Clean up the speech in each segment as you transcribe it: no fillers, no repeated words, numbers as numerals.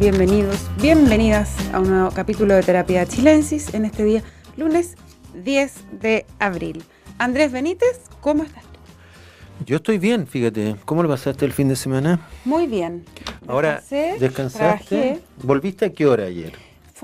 bienvenidos, bienvenidas a un nuevo capítulo de Terapia Chilensis en este día, lunes 10 de abril. Andrés Benítez, ¿cómo estás tú? Yo estoy bien, fíjate. ¿Cómo lo pasaste el fin de semana? Muy bien. Ahora, ¿descansaste? Trabajé. ¿Volviste a qué hora ayer?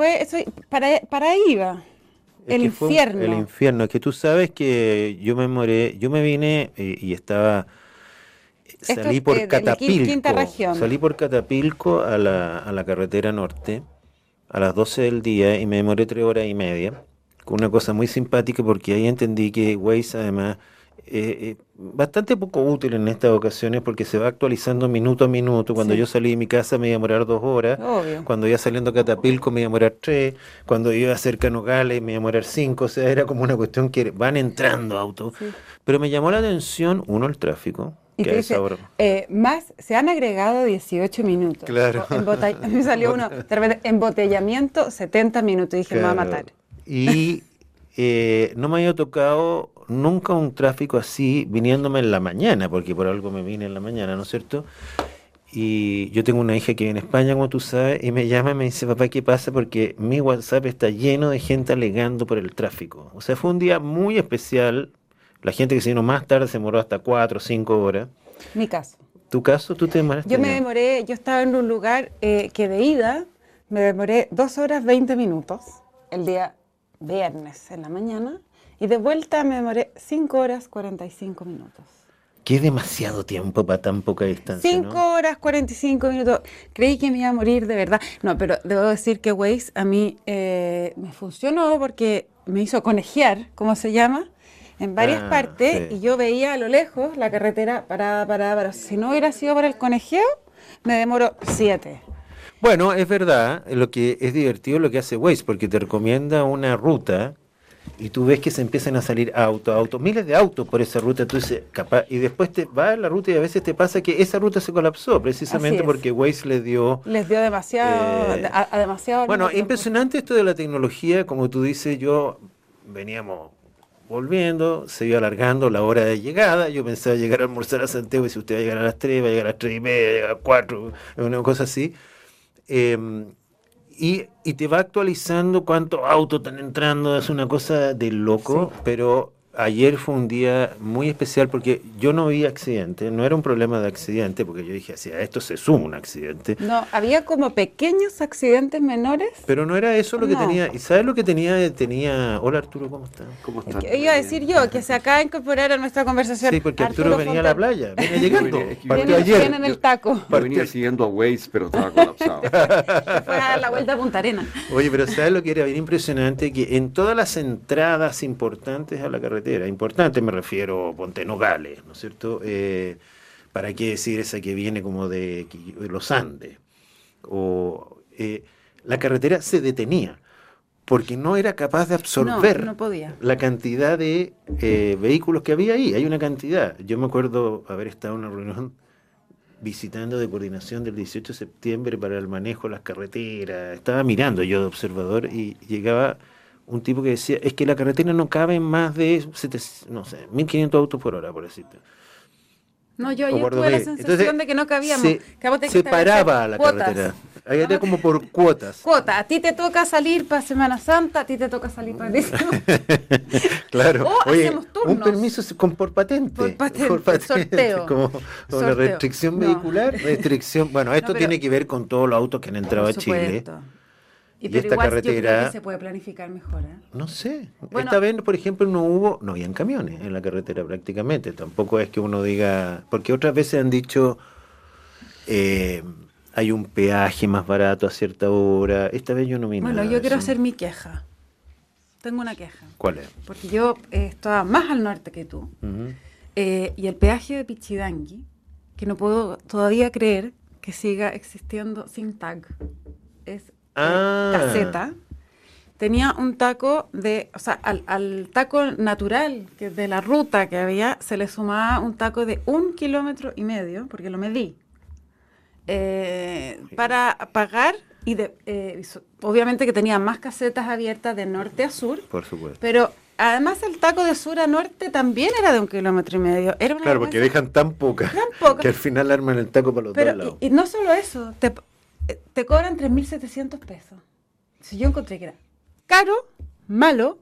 Para ahí iba. El infierno. El infierno. Es que tú sabes que yo me vine y estaba... Salí por Catapilco. Quinta región. Salí por Catapilco a la carretera norte a las 12 del día y me demoré 3 horas y media. Con una cosa muy simpática porque ahí entendí que Waze además bastante poco útil en estas ocasiones porque se va actualizando minuto a minuto. Cuando yo salí de mi casa me iba a demorar 2 horas. Obvio. Cuando iba saliendo a Catapilco me iba a demorar 3. Cuando iba cerca a Nogales me iba a demorar 5. O sea, era como una cuestión que van entrando autos. Sí. Pero me llamó la atención, el tráfico. Y te dice, se han agregado 18 minutos. Claro. Me salió uno, de repente, embotellamiento, 70 minutos. Y dije, claro. Me va a matar. Y no me había tocado nunca un tráfico así viniéndome en la mañana, porque por algo me vine en la mañana, ¿no es cierto? Y yo tengo una hija que vive en España, como tú sabes, y me llama y me dice, papá, ¿qué pasa? Porque mi WhatsApp está lleno de gente alegando por el tráfico. O sea, fue un día muy especial. La gente que se vino más tarde se demoró hasta 4 o 5 horas. Mi caso. ¿Tu caso? ¿Tú te demoraste? Yo estaba en un lugar que de ida me demoré 2 horas 20 minutos, el día viernes en la mañana, y de vuelta me demoré 5 horas 45 minutos. Qué demasiado tiempo para tan poca distancia, 5 horas 45 minutos. Creí que me iba a morir de verdad. No, pero debo decir que Waze a mí me funcionó porque me hizo conejear, ¿cómo se llama? En varias partes, sí. Y yo veía a lo lejos la carretera parada. Si no hubiera sido por el conejeo, me demoro 7. Bueno, es verdad, lo que es divertido lo que hace Waze, porque te recomienda una ruta y tú ves que se empiezan a salir autos, miles de autos por esa ruta, entonces y después te va a la ruta y a veces te pasa que esa ruta se colapsó, precisamente porque Waze les dio demasiado, demasiado. Bueno, impresionante esto de la tecnología, como tú dices, veníamos volviendo, se iba alargando la hora de llegada, yo pensaba llegar a almorzar a Santiago y si usted va a llegar a las 3, va a llegar a las 3:30, va a llegar a las 4, una cosa así, y te va actualizando cuántos autos están entrando, es una cosa de loco, sí. Pero ayer fue un día muy especial porque yo no vi accidente, no era un problema de accidente, porque yo dije, a esto se suma un accidente. No, había como pequeños accidentes menores. Pero no era eso lo que tenía, ¿y sabes lo que tenía? Hola Arturo, ¿cómo estás? Iba a decir yo, que se acaba de incorporar a nuestra conversación. Sí, porque Arturo venía a la playa, venía llegando, partió ayer. Viene en el taco. Yo venía siguiendo a Waze, pero estaba colapsado. Fue a dar la vuelta a Punta Arenas. Oye, pero ¿sabes lo que era bien impresionante? Que en todas las entradas importantes a la carretera, importante me refiero, ponte Nogales, ¿no es cierto? ¿Para qué decir esa que viene como de los Andes? La carretera se detenía porque no era capaz de absorber no podía. La cantidad de vehículos que había ahí. Hay una cantidad. Yo me acuerdo haber estado en una reunión visitando de coordinación del 18 de septiembre para el manejo de las carreteras. Estaba mirando yo de observador y llegaba un tipo que decía, es que la carretera no cabe en más de 1.500 autos por hora, por decirte. No, yo tuve la sensación de que no cabíamos. Se paraba la carretera. Ahí era como por cuotas. A ti te toca salir para Semana Santa, a ti te toca salir para diciembre. Claro. Oye, hacemos turnos. Un permiso por patente. Por patente. Sorteo. Como una restricción vehicular. Bueno, esto tiene que ver con todos los autos que han entrado a Chile. Y pero esta igual carretera, yo creo que se puede planificar mejor, ¿eh? No sé. Bueno, esta vez, por ejemplo, no habían camiones en la carretera prácticamente. Tampoco es que uno diga... Porque otras veces han dicho hay un peaje más barato a cierta hora. Esta vez yo no vi nada. Bueno, yo quiero hacer mi queja. Tengo una queja. ¿Cuál es? Porque yo estaba más al norte que tú. Uh-huh. Y el peaje de Pichidangui, que no puedo todavía creer que siga existiendo sin tag. Es caseta, tenía un taco al taco natural que de la ruta que había, se le sumaba un taco de 1,5 kilómetros, porque lo medí, para pagar, y obviamente que tenía más casetas abiertas de norte a sur, por supuesto, pero además el taco de sur a norte también era de 1,5 kilómetros. Claro, porque dejan tan poca que al final arman el taco para los dos lados. Y no solo eso, te cobran 3.700 pesos. Si yo encontré que era caro, malo,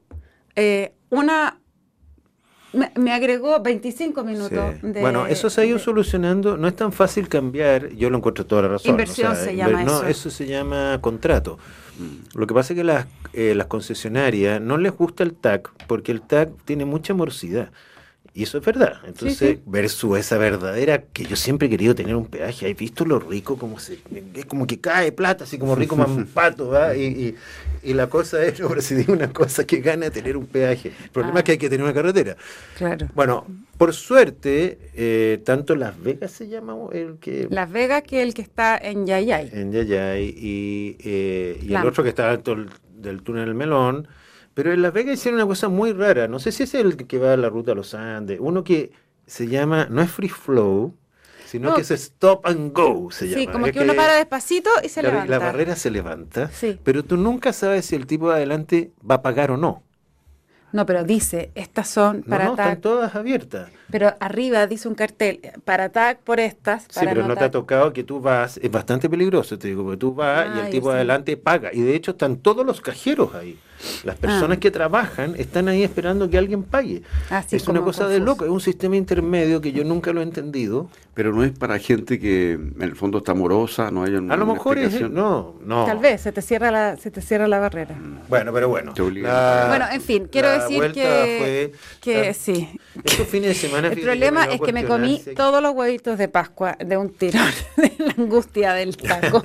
me agregó 25 minutos Sí. de... Bueno, eso se ha ido de- solucionando. No es tan fácil cambiar. Yo lo encuentro toda la razón. Inversión se llama no, eso. eso se llama contrato. Lo que pasa es que las concesionarias no les gusta el TAC porque el TAC tiene mucha morosidad. Y eso es verdad. Entonces, Sí. versus esa verdadera que yo siempre he querido tener un peaje. ¿Has visto lo rico? Es como que cae plata, así como rico mampato, ¿va? Y la cosa es, no, pero si digo una cosa, que gana tener un peaje. El problema es que hay que tener una carretera. Claro. Bueno, por suerte, tanto Las Vegas se llama el que... Las Vegas, que es el que está en Yayay. En Yayay y el Lampa. otro que está alto del túnel del Melón. Pero en Las Vegas hicieron una cosa muy rara. No sé si es el que va a la ruta a los Andes. Uno que se llama, no es Free Flow, sino No. que es Stop and Go, se Sí, llama. como Es que uno para despacito y se claro, y levanta. la barrera se levanta, Sí. pero tú nunca sabes si el tipo de adelante va a pagar o no. No, pero dice, estas son No, para no, están TAC. todas abiertas. Pero arriba dice un cartel, para TAC por estas, Sí, para pero no te ha TAC. tocado que tú vas, es bastante peligroso, te digo, porque tú vas y el Ay, tipo de sí. adelante paga. Y de hecho están todos los cajeros ahí. Las personas que trabajan están ahí esperando que alguien pague. Así Es una como cosa de confuso. loco, es un sistema intermedio que yo nunca lo he entendido. Pero no es para gente que en el fondo está morosa, no hay una A lo mejor es, explicación. no. Tal vez, se te cierra la barrera. Bueno, pero bueno. Te obligan. Bueno, en fin, quiero la decir vuelta que fue- sí. Estos fines de semana... El fíjate problema me es dio que me a comí cuestionarse- todos los huevitos de Pascua de un tirón, de la angustia del taco.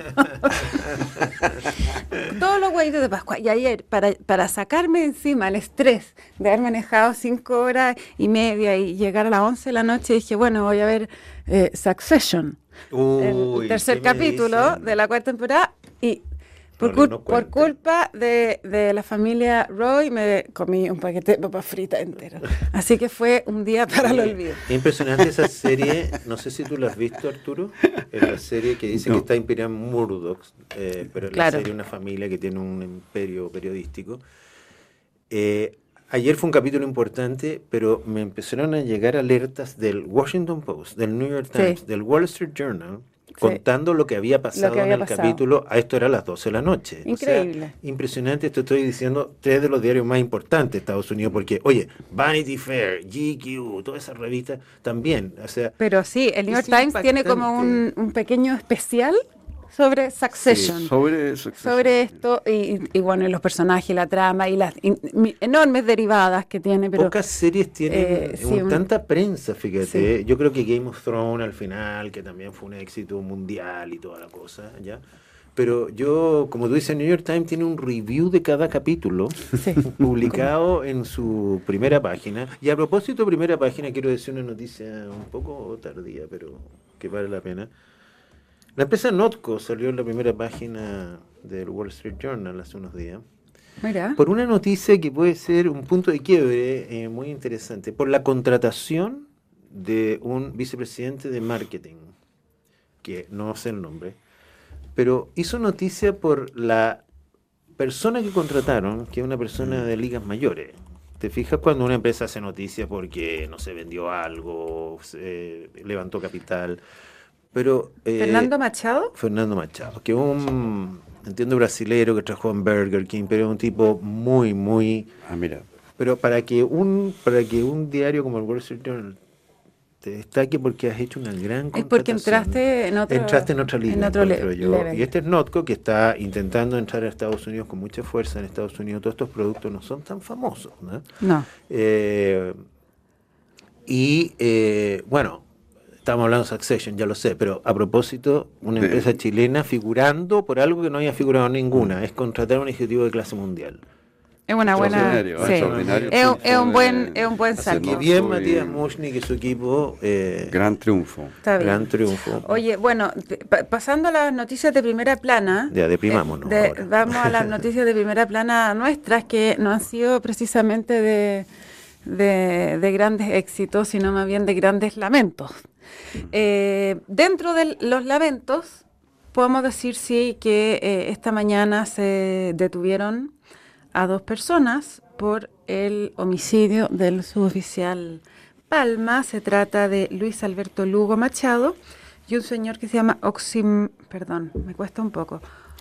Todos los huevitos de Pascua. Y ayer, para sacarme encima el estrés de haber manejado 5 horas y media y llegar a las 11 de la noche, dije, bueno, voy a ver Succession, Uy, el tercer ¿qué me capítulo dicen? de la 4ª temporada, y por, No, no por cuenten. culpa de la familia Roy me comí un paquete de papas fritas entero. Así que fue un día para el olvido. Impresionante esa serie, no sé si tú la has visto, Arturo, es la serie que dice No. que está inspirada en Murdoch, pero es Claro. la serie de una familia que tiene un imperio periodístico. Ayer fue un capítulo importante, pero me empezaron a llegar alertas del Washington Post, del New York Times, Sí. del Wall Street Journal, contando lo que había pasado había en el pasado. capítulo. A esto era a las 12 de la noche. Increíble. O sea, impresionante, esto estoy diciendo, 3 de los diarios más importantes de Estados Unidos, porque, oye, Vanity Fair, GQ, todas esas revistas también. O sea, Pero sí, el New Es York Times tiene como impactante. un pequeño especial sobre Succession. Sí, sobre Succession. Sobre esto y bueno, y los personajes, la trama y las enormes derivadas que tiene, pero pocas series tienen sí, tanta prensa, fíjate. Sí. Yo creo que Game of Thrones al final, que también fue un éxito mundial y toda la cosa, ¿ya? Pero yo, como tú dices, New York Times tiene un review de cada capítulo sí. publicado en su primera página. Y a propósito de primera página, quiero decir una noticia un poco tardía, pero que vale la pena. La empresa Notco salió en la primera página del Wall Street Journal hace unos días. Mira, Por una noticia que puede ser un punto de quiebre muy interesante, por la contratación de un vicepresidente de marketing, que no sé el nombre, pero hizo noticia por la persona que contrataron, que es una persona de ligas mayores. ¿Te fijas cuando una empresa hace noticia porque, no sé, vendió algo, levantó capital? Pero Fernando Machado. Fernando Machado, que es un, entiendo, brasilero que trabajó en Burger King, pero es un tipo muy... Ah, mira. Pero para que un diario como el Wall Street Journal te destaque porque has hecho una gran Es porque contratación. entraste En otra liga, en otro encuentro yo. level. Y este es Notco, que está intentando entrar a Estados Unidos con mucha fuerza. En Estados Unidos todos estos productos no son tan famosos, ¿no? No. Bueno, estamos hablando de Succession, ya lo sé, pero a propósito, una De- empresa chilena figurando por algo que no había figurado ninguna, es contratar a un ejecutivo de clase mundial. Es una buena. Extraordinario, Sí. extraordinario. Es un buen Hacer saque. Que Notco bien y- Matías Mushnik y su equipo, Gran triunfo. Está bien. gran triunfo. Oye, bueno, pasando a las noticias de primera plana. Ya, deprimámonos ahora. Vamos a las noticias de primera plana nuestras, que no han sido precisamente de grandes éxitos, sino más bien de grandes lamentos. Dentro de los lamentos, podemos decir sí que esta mañana se detuvieron a 2 personas por el homicidio del suboficial Palma. Se trata de Luis Alberto Lugo Machado, y un señor que se llama perdón, me cuesta un poco.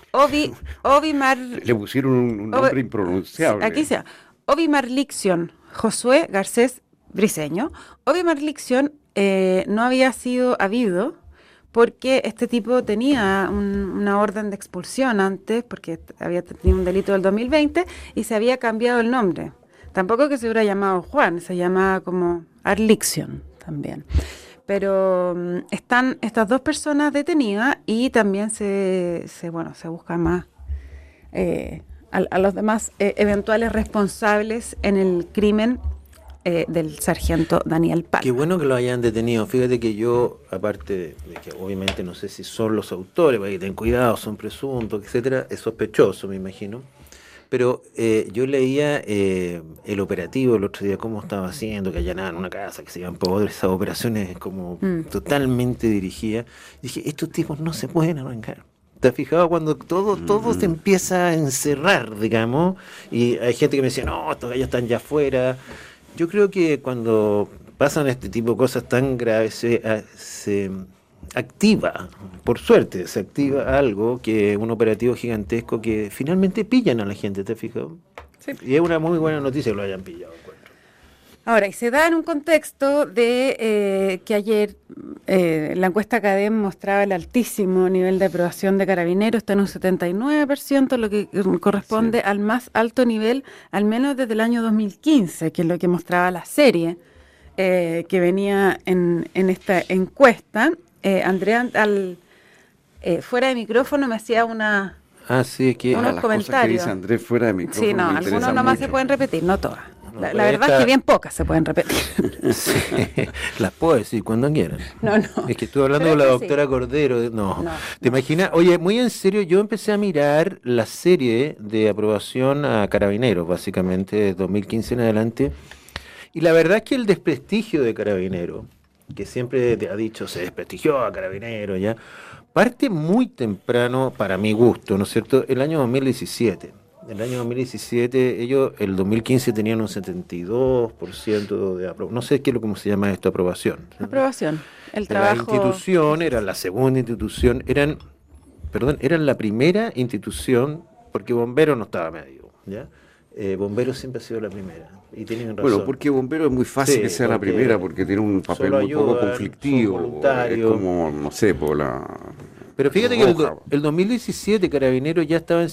Le pusieron un nombre impronunciable. Aquí sea. Ovi Marliction Josué Garcés Briceño. Ovi Marliction no había sido habido porque este tipo tenía una orden de expulsión antes, porque había tenido un delito del 2020 y se había cambiado el nombre. Tampoco que se hubiera llamado Juan, se llamaba como Arliction también. Pero están estas dos personas detenidas y también se busca más a los demás eventuales responsables en el crimen del sargento Daniel Palma. Qué bueno que lo hayan detenido. Fíjate que yo, aparte de que obviamente no sé si son los autores, porque ten cuidado, son presuntos, etcétera, es sospechoso, me imagino. Pero yo leía el operativo el otro día, cómo estaba haciendo, que allanaban una casa, que se iban por esas operaciones como totalmente dirigidas. Y dije, estos tipos no se pueden arrancar. ¿Te has fijado cuando todo se empieza a encerrar, digamos? Y hay gente que me decía, no, estos gallos están ya afuera. Yo creo que cuando pasan este tipo de cosas tan graves, se activa, por suerte, se activa algo, que un operativo gigantesco que finalmente pillan a la gente, ¿te has fijado? Sí. Y es una muy buena noticia que lo hayan pillado, encuentro. Ahora, y se da en un contexto de que ayer la encuesta CADEM mostraba el altísimo nivel de aprobación de Carabineros, está en un 79%, lo que corresponde al más alto nivel, al menos desde el año 2015, que es lo que mostraba la serie que venía en esta encuesta. Andrea, fuera de micrófono me hacía unos las comentarios. Cosas que dice Andrés fuera de micrófono. Sí, no, algunos nomás se pueden repetir, no todas. La verdad es que bien pocas se pueden repetir. Sí, las puedo decir cuando quieran. No. Es que estuve hablando con la doctora Cordero. No. ¿Te imaginas? Oye, muy en serio, yo empecé a mirar la serie de aprobación a Carabineros, básicamente, de 2015 en adelante. Y la verdad es que el desprestigio de Carabineros, que siempre te ha dicho se desprestigió a Carabineros, ya, parte muy temprano, para mi gusto, ¿no es cierto?, el año 2017. En el año 2017, ellos, el 2015 tenían un 72% de aprobación. No sé qué es cómo se llama esto, aprobación. Aprobación. El trabajo. La institución era la segunda institución, eran la primera institución, porque Bomberos no estaba medio, ¿ya? Bomberos siempre ha sido la primera, y tienen razón. Bueno, porque Bomberos es muy fácil que sea la primera, porque tiene un papel muy poco conflictivo. Es como, no sé, por la... Pero fíjate que el 2017 Carabineros ya estaba en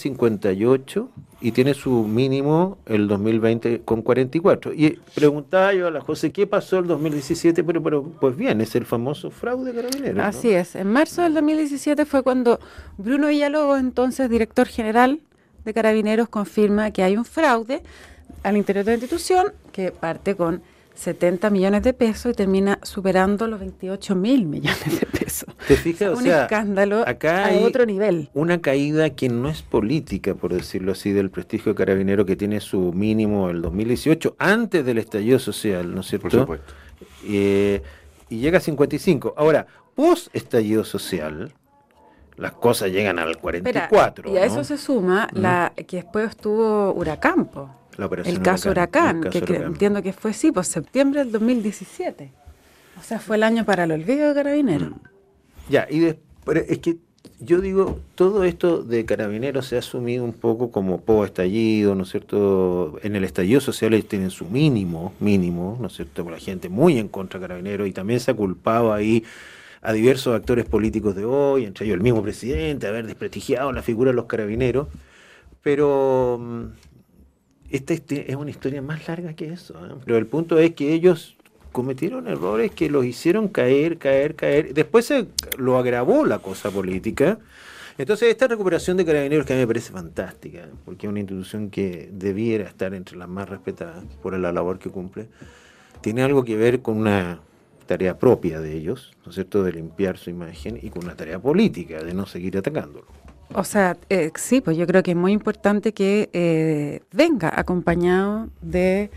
58 y tiene su mínimo el 2020 con 44. Y preguntaba yo a la José, ¿qué pasó el 2017? Pero pues bien, es el famoso fraude Carabineros. Así es. En marzo del 2017 fue cuando Bruno Villalobos, entonces director general de Carabineros, confirma que hay un fraude al interior de la institución que parte con 70 millones de pesos y termina superando los 28 mil millones de pesos. ¿Te fijas? Un escándalo acá a otro nivel. Una caída que no es política, por decirlo así, del prestigio de Carabinero, que tiene su mínimo el 2018, antes del estallido social, ¿no es cierto? Por supuesto. Y llega a 55. Ahora, post estallido social, las cosas llegan al 44. Espera, y a eso se suma que después estuvo Huracán, el caso Huracán, que entiendo que fue septiembre del 2017. O sea, fue el año para el olvido de Carabineros. Ya, pero es que yo digo, todo esto de Carabineros se ha asumido un poco como estallido, ¿no es cierto? En el estallido social ellos tienen su mínimo, ¿no es cierto? Con la gente muy en contra de Carabineros, y también se ha culpado ahí a diversos actores políticos de hoy, entre ellos el mismo presidente, haber desprestigiado la figura de los Carabineros, pero esta es una historia más larga que eso, ¿eh? Pero el punto es que ellos cometieron errores que los hicieron caer. Después se lo agravó la cosa política. Entonces esta recuperación de Carabineros, que a mí me parece fantástica, porque es una institución que debiera estar entre las más respetadas por la labor que cumple, tiene algo que ver con una tarea propia de ellos, ¿no es cierto?, de limpiar su imagen, y con una tarea política, de no seguir atacándolo. O sea, sí, pues yo creo que es muy importante que venga acompañado de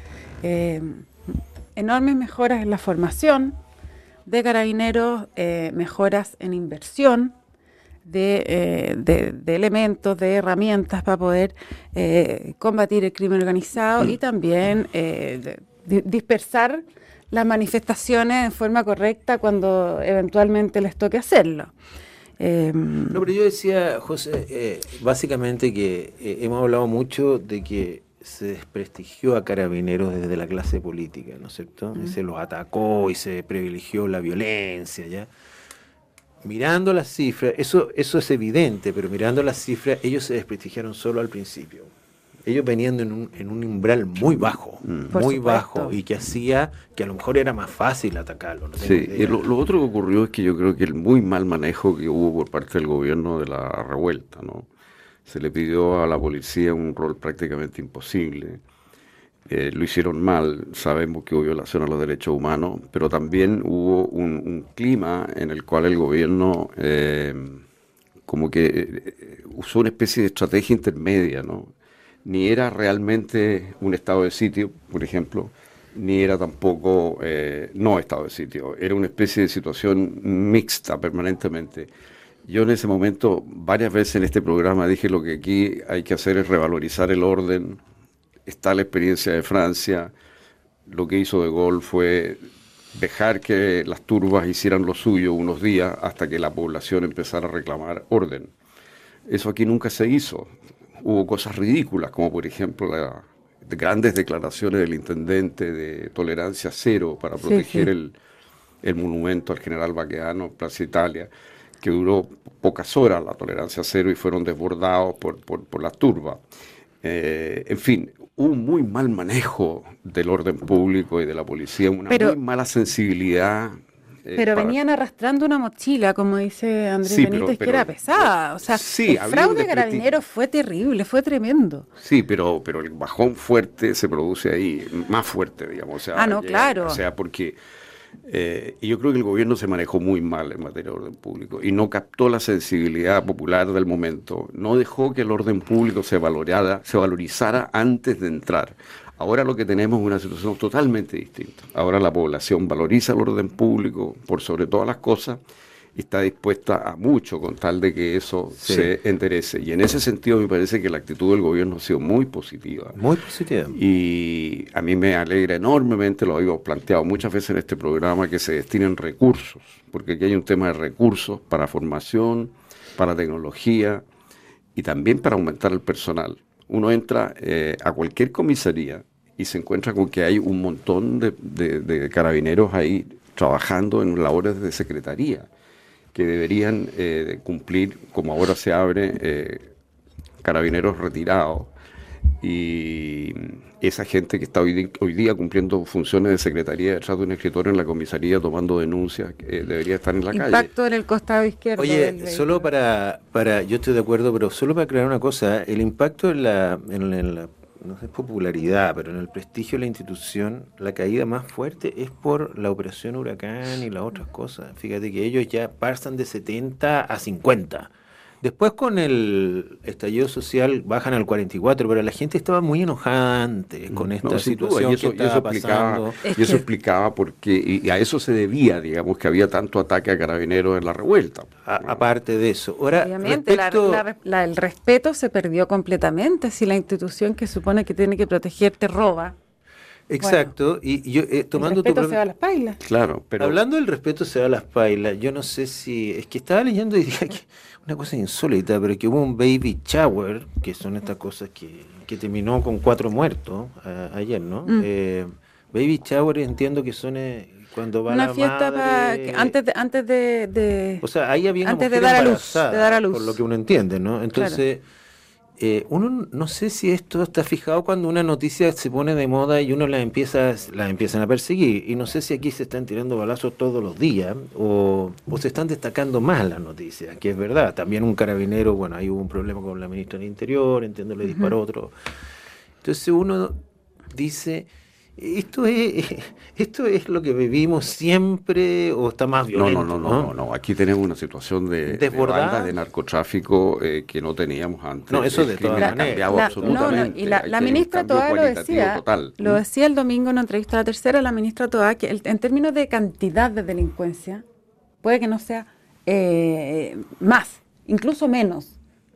enormes mejoras en la formación de Carabineros, mejoras en inversión de elementos, de herramientas para poder combatir el crimen organizado y también dispersar las manifestaciones en forma correcta cuando eventualmente les toque hacerlo. No, pero yo decía, José, básicamente que hemos hablado mucho de que se desprestigió a Carabineros desde la clase política, ¿no es cierto? Y se los atacó y se privilegió la violencia, ¿ya? Mirando las cifras, eso es evidente, pero mirando las cifras, ellos se desprestigiaron solo al principio. Ellos venían en un umbral muy bajo, muy bajo, y que hacía que a lo mejor era más fácil atacarlo. No sí, y lo otro que ocurrió es que yo creo que el muy mal manejo que hubo por parte del gobierno de la revuelta, ¿no? Se le pidió a la policía un rol prácticamente imposible. Lo hicieron mal, sabemos que hubo violación a los derechos humanos, pero también hubo un clima en el cual el gobierno como que usó una especie de estrategia intermedia, ¿no? Ni era realmente un estado de sitio, por ejemplo, ni era tampoco no estado de sitio, era una especie de situación mixta permanentemente. Yo en ese momento, varias veces en este programa dije lo que aquí hay que hacer es revalorizar el orden. Está la experiencia de Francia, lo que hizo De Gaulle fue dejar que las turbas hicieran lo suyo unos días hasta que la población empezara a reclamar orden. Eso aquí nunca se hizo. Hubo cosas ridículas, como por ejemplo las grandes declaraciones del intendente de tolerancia cero para proteger el monumento al general Baqueano, Plaza Italia, que duró pocas horas la tolerancia cero y fueron desbordados por las turbas. En fin, un muy mal manejo del orden público y de la policía, muy mala sensibilidad. Pero venían arrastrando una mochila, como dice Andrés Benítez, que era pesada. O sea, el fraude de Carabineros fue terrible, fue tremendo. Sí, pero el bajón fuerte se produce ahí, más fuerte, digamos. O sea, claro. O sea, porque y yo creo que el gobierno se manejó muy mal en materia de orden público y no captó la sensibilidad popular del momento, no dejó que el orden público se valorizara antes de entrar. Ahora lo que tenemos es una situación totalmente distinta. Ahora la población valoriza el orden público por sobre todas las cosas y está dispuesta a mucho con tal de que eso se enderece. Y en ese sentido me parece que la actitud del gobierno ha sido muy positiva. Muy positiva. Y a mí me alegra enormemente, lo hemos planteado muchas veces en este programa, que se destinen recursos, porque aquí hay un tema de recursos para formación, para tecnología y también para aumentar el personal. Uno entra a cualquier comisaría y se encuentra con que hay un montón de carabineros ahí trabajando en labores de secretaría, que deberían cumplir, como ahora se abre, carabineros retirados, y esa gente que está hoy día cumpliendo funciones de secretaría detrás de un escritorio en la comisaría tomando denuncias, debería estar en la calle. Impacto en el costado izquierdo. Oye, solo para yo estoy de acuerdo, pero solo para aclarar una cosa, el impacto en la no sé, popularidad, pero en el prestigio de la institución, la caída más fuerte es por la operación Huracán y las otras cosas. Fíjate que ellos ya pasan de 70 a 50. Después con el estallido social bajan al 44, pero la gente estaba muy enojada antes con esta situación que estaba pasando. Y eso explicaba por qué, y a eso se debía, digamos, que había tanto ataque a carabineros en la revuelta. Aparte de eso. Ahora, obviamente, el respeto se perdió completamente si la institución que supone que tiene que protegerte roba. Exacto, y yo tomando el respeto se va a las pailas. Claro, pero hablando del respeto se va a las pailas, yo no sé si, es que estaba leyendo y dije que una cosa insólita, pero que hubo un baby shower, que son estas cosas que terminó con 4 muertos ayer, ¿no? Baby shower entiendo que son cuando va una la fiesta madre, antes de o sea, ahí había una antes mujer de dar embarazada, a luz, por lo que uno entiende, ¿no? Entonces uno no sé si esto está fijado cuando una noticia se pone de moda y uno la empiezan a perseguir, y no sé si aquí se están tirando balazos todos los días o se están destacando más las noticias, que es verdad. También un carabinero, bueno, ahí hubo un problema con la ministra del Interior, entiendo, le disparó otro. Entonces uno dice, ¿esto es lo que vivimos siempre o está más violento? No. Aquí tenemos una situación de bandas de narcotráfico que no teníamos antes. No, eso de todas maneras. Absolutamente. Y la ministra Toá lo decía el domingo en una entrevista a La Tercera, la ministra Toá, que en términos de cantidad de delincuencia, puede que no sea más, incluso menos.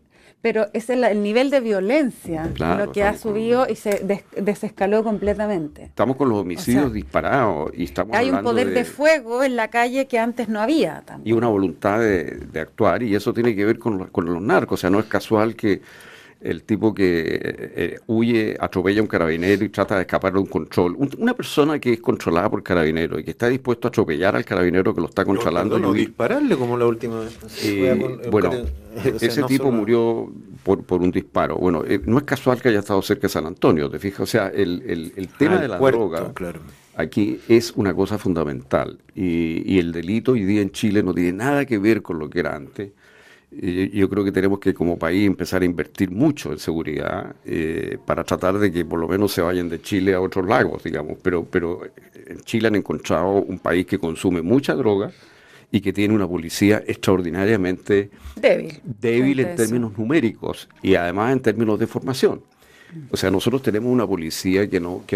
Pero es el nivel de violencia Claro, lo que ha subido y se desescaló completamente. Estamos con los homicidios disparados y estamos Hay un hablando poder de fuego en la calle que antes no había también. y una voluntad de actuar, y eso tiene que ver con los narcos. O sea, no es casual que el tipo que huye, atropella a un carabinero y trata de escapar de un control. Una persona que es controlada por carabineros y que está dispuesto a atropellar al carabinero que lo está controlando. No, dispararle como la última vez. Bueno, ese tipo murió por un disparo. Bueno, no es casual que haya estado cerca de San Antonio, ¿te fijas? O sea, el tema de la droga aquí es una cosa fundamental. Y el delito hoy día en Chile no tiene nada que ver con lo que era antes. Yo creo que tenemos que como país empezar a invertir mucho en seguridad para tratar de que por lo menos se vayan de Chile a otros lagos, digamos. Pero en Chile han encontrado un país que consume mucha droga y que tiene una policía extraordinariamente débil en términos numéricos y además en términos de formación. O sea, nosotros tenemos una policía que no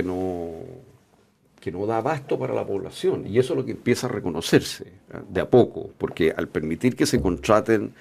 da abasto para la población, y eso es lo que empieza a reconocerse de a poco, porque al permitir que se contraten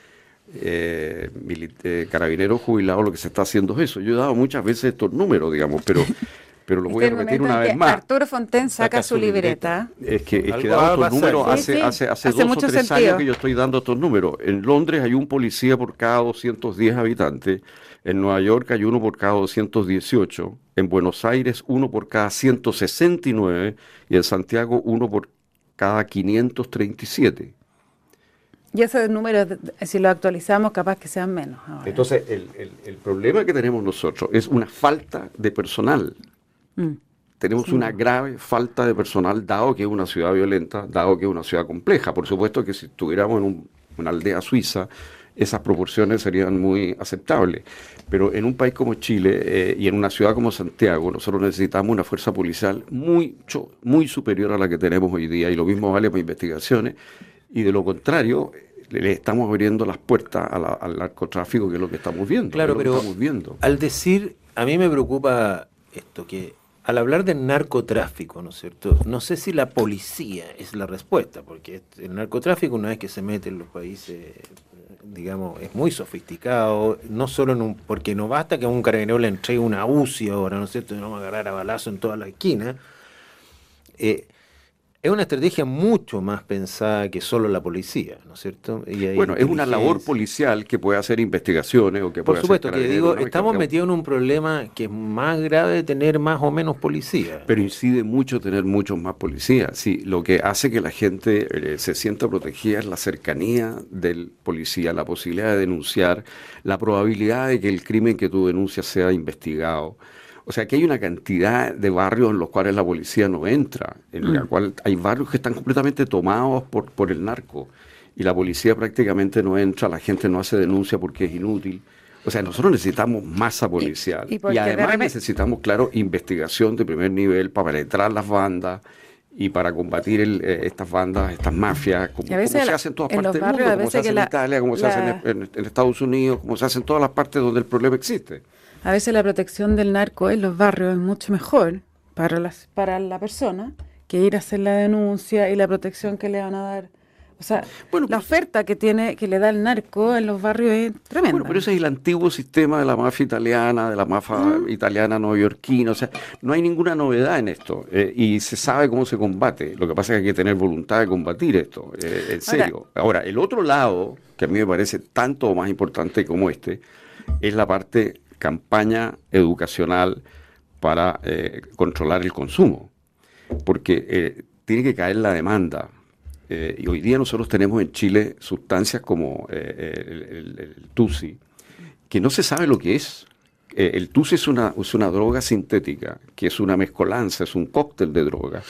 carabineros jubilados, lo que se está haciendo es eso. Yo he dado muchas veces estos números, digamos, pero lo voy a repetir una vez más. Arturo Fontaine saca su libreta. Es que he dado estos números hace 2 o 3 años que yo estoy dando estos números. En Londres hay un policía por cada 210 habitantes, en Nueva York hay uno por cada 218, en Buenos Aires uno por cada 169 y en Santiago uno por cada 537. Y ese número, si lo actualizamos, capaz que sean menos ahora. Entonces, el problema que tenemos nosotros es una falta de personal. Tenemos una grave falta de personal, dado que es una ciudad violenta, dado que es una ciudad compleja. Por supuesto que si estuviéramos en una aldea suiza, esas proporciones serían muy aceptables. Pero en un país como Chile y en una ciudad como Santiago, nosotros necesitamos una fuerza policial muy superior a la que tenemos hoy día, y lo mismo vale para investigaciones. Y de lo contrario, le estamos abriendo las puertas al narcotráfico, que es lo que estamos viendo. Claro, pero al decir, a mí me preocupa esto, que al hablar del narcotráfico, ¿no es cierto? No sé si la policía es la respuesta, porque el narcotráfico, una vez que se mete en los países, digamos, es muy sofisticado, no solo porque no basta que a un carabinero le entregue una UCI ahora, ¿no es cierto? Y no vamos a agarrar a balazo en toda la esquina. Es una estrategia mucho más pensada que solo la policía, ¿no es cierto? Bueno, es una labor policial que puede hacer investigaciones o que puede hacer... Por supuesto, que digo, estamos metidos en un problema que es más grave de tener más o menos policía. Pero incide mucho tener muchos más policías. Sí, lo que hace que la gente se sienta protegida es la cercanía del policía, la posibilidad de denunciar, la probabilidad de que el crimen que tú denuncias sea investigado. O sea, que hay una cantidad de barrios en los cuales la policía no entra, en la cual hay barrios que están completamente tomados por el narco, y la policía prácticamente no entra, la gente no hace denuncia porque es inútil. O sea, nosotros necesitamos masa policial y además necesitamos, claro, investigación de primer nivel para penetrar las bandas y para combatir estas bandas, estas mafias, como se hace en todas partes del mundo, como se hace en Italia, como se hace en Estados Unidos, como se hace en todas las partes donde el problema existe. A veces la protección del narco en los barrios es mucho mejor para la persona que ir a hacer la denuncia y la protección que le van a dar. O sea, la oferta que le da el narco en los barrios es tremenda. Bueno, pero ese es el antiguo sistema de la mafia italiana, de la mafia italiana neoyorquina. O sea, no hay ninguna novedad en esto. Y se sabe cómo se combate. Lo que pasa es que hay que tener voluntad de combatir esto, en serio. Ahora, el otro lado, que a mí me parece tanto o más importante como es la parte campaña educacional para controlar el consumo, porque tiene que caer la demanda, y hoy día nosotros tenemos en Chile sustancias como el TUSI, que no se sabe lo que es. El TUSI es una droga sintética, que es una mezcolanza, es un cóctel de drogas.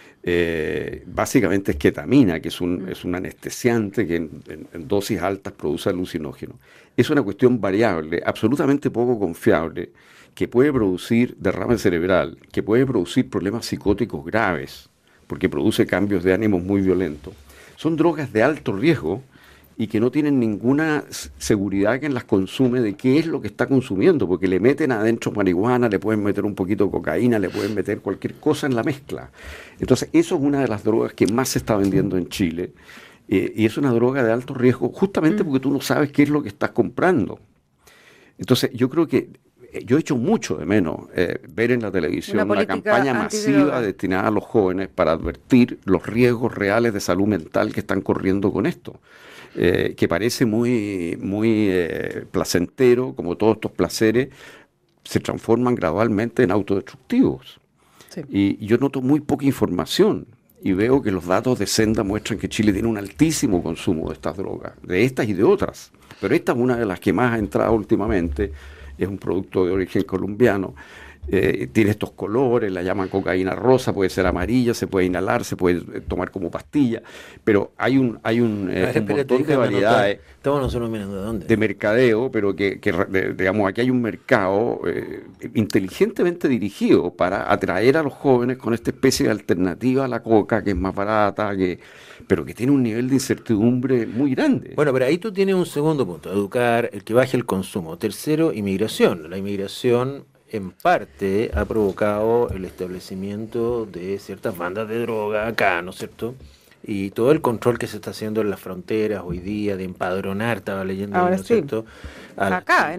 Básicamente es ketamina, que es un anestesiante que en dosis altas produce alucinógeno. Es una cuestión variable, absolutamente poco confiable, que puede producir derrame cerebral, que puede producir problemas psicóticos graves, porque produce cambios de ánimos muy violentos. Son drogas de alto riesgo y que no tienen ninguna seguridad quien las consume de qué es lo que está consumiendo, porque le meten adentro marihuana, le pueden meter un poquito de cocaína, le pueden meter cualquier cosa en la mezcla. Entonces, eso es una de las drogas que más se está vendiendo en Chile, y es una droga de alto riesgo justamente porque tú no sabes qué es lo que estás comprando. Entonces, yo creo que yo echo mucho de menos ver en la televisión una campaña masiva destinada a los jóvenes para advertir los riesgos reales de salud mental que están corriendo con esto. Que parece muy placentero, como todos estos placeres se transforman gradualmente en autodestructivos. Sí. Y yo noto muy poca información y veo que los datos de Senda muestran que Chile tiene un altísimo consumo de estas drogas, de estas y de otras. Pero esta es una de las que más ha entrado últimamente, es un producto de origen colombiano. Tiene estos colores, la llaman cocaína rosa, puede ser amarilla, se puede inhalar, se puede tomar como pastilla, pero hay un montón de variedades de mercadeo, pero que digamos, aquí hay un mercado inteligentemente dirigido para atraer a los jóvenes con esta especie de alternativa a la coca, que es más barata, pero que tiene un nivel de incertidumbre muy grande. Bueno, pero ahí tú tienes un segundo punto, educar, el que baje el consumo. Tercero, inmigración. La inmigración en parte ha provocado el establecimiento de ciertas bandas de droga acá, ¿no es cierto? Y todo el control que se está haciendo en las fronteras hoy día, de empadronar, estaba leyendo, ahora ¿no es cierto? Acá,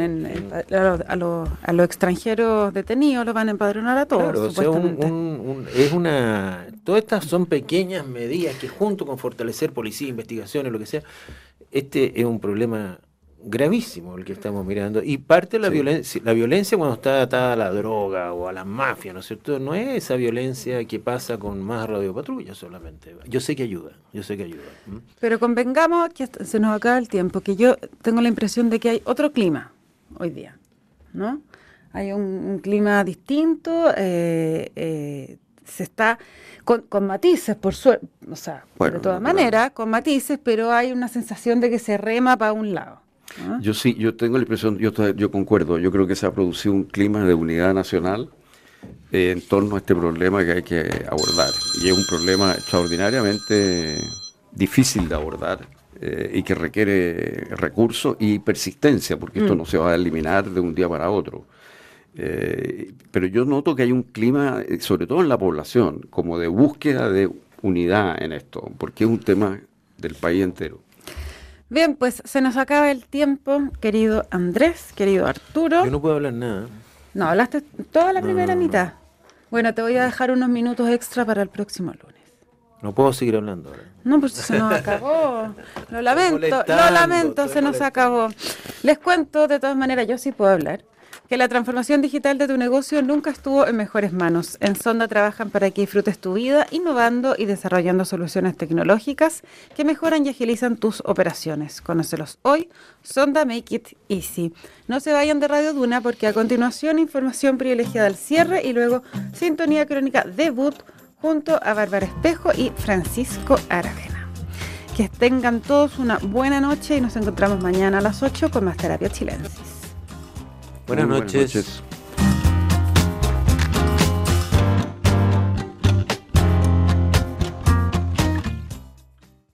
a los extranjeros detenidos los van a empadronar a todos, claro, supuestamente. Todas estas son pequeñas medidas que junto con fortalecer policía, investigaciones, lo que sea, este es un problema gravísimo el que estamos mirando, y parte de la violencia cuando está atada a la droga o a las mafias, ¿no es cierto? No es esa violencia que pasa con más radiopatrulla solamente. Yo sé que ayuda. Pero convengamos que se nos acaba el tiempo, que yo tengo la impresión de que hay otro clima hoy día, ¿no? Hay un clima distinto, se está con matices, por suerte, o sea, bueno, de todas maneras, con matices, pero hay una sensación de que se rema para un lado. ¿Ah? Yo tengo la impresión, yo concuerdo, yo creo que se ha producido un clima de unidad nacional en torno a este problema que hay que abordar. Y es un problema extraordinariamente difícil de abordar y que requiere recursos y persistencia, porque esto no se va a eliminar de un día para otro. Pero yo noto que hay un clima, sobre todo en la población, como de búsqueda de unidad en esto, porque es un tema del país entero. Bien, pues se nos acaba el tiempo, querido Andrés, querido Arturo. Yo no puedo hablar nada. No, hablaste toda la primera mitad. Bueno, te voy a dejar unos minutos extra para el próximo lunes. No puedo seguir hablando ahora. No, pues se nos acabó. Lo lamento, se nos acabó. Les cuento, de todas maneras, yo sí puedo hablar, que la transformación digital de tu negocio nunca estuvo en mejores manos. En Sonda trabajan para que disfrutes tu vida, innovando y desarrollando soluciones tecnológicas que mejoran y agilizan tus operaciones. Conócelos hoy, Sonda Make It Easy. No se vayan de Radio Duna, porque a continuación información privilegiada al cierre y luego sintonía crónica debut junto a Bárbara Espejo y Francisco Aravena. Que tengan todos una buena noche y nos encontramos mañana a las 8 con más Terapia Chilensis. Buenas noches.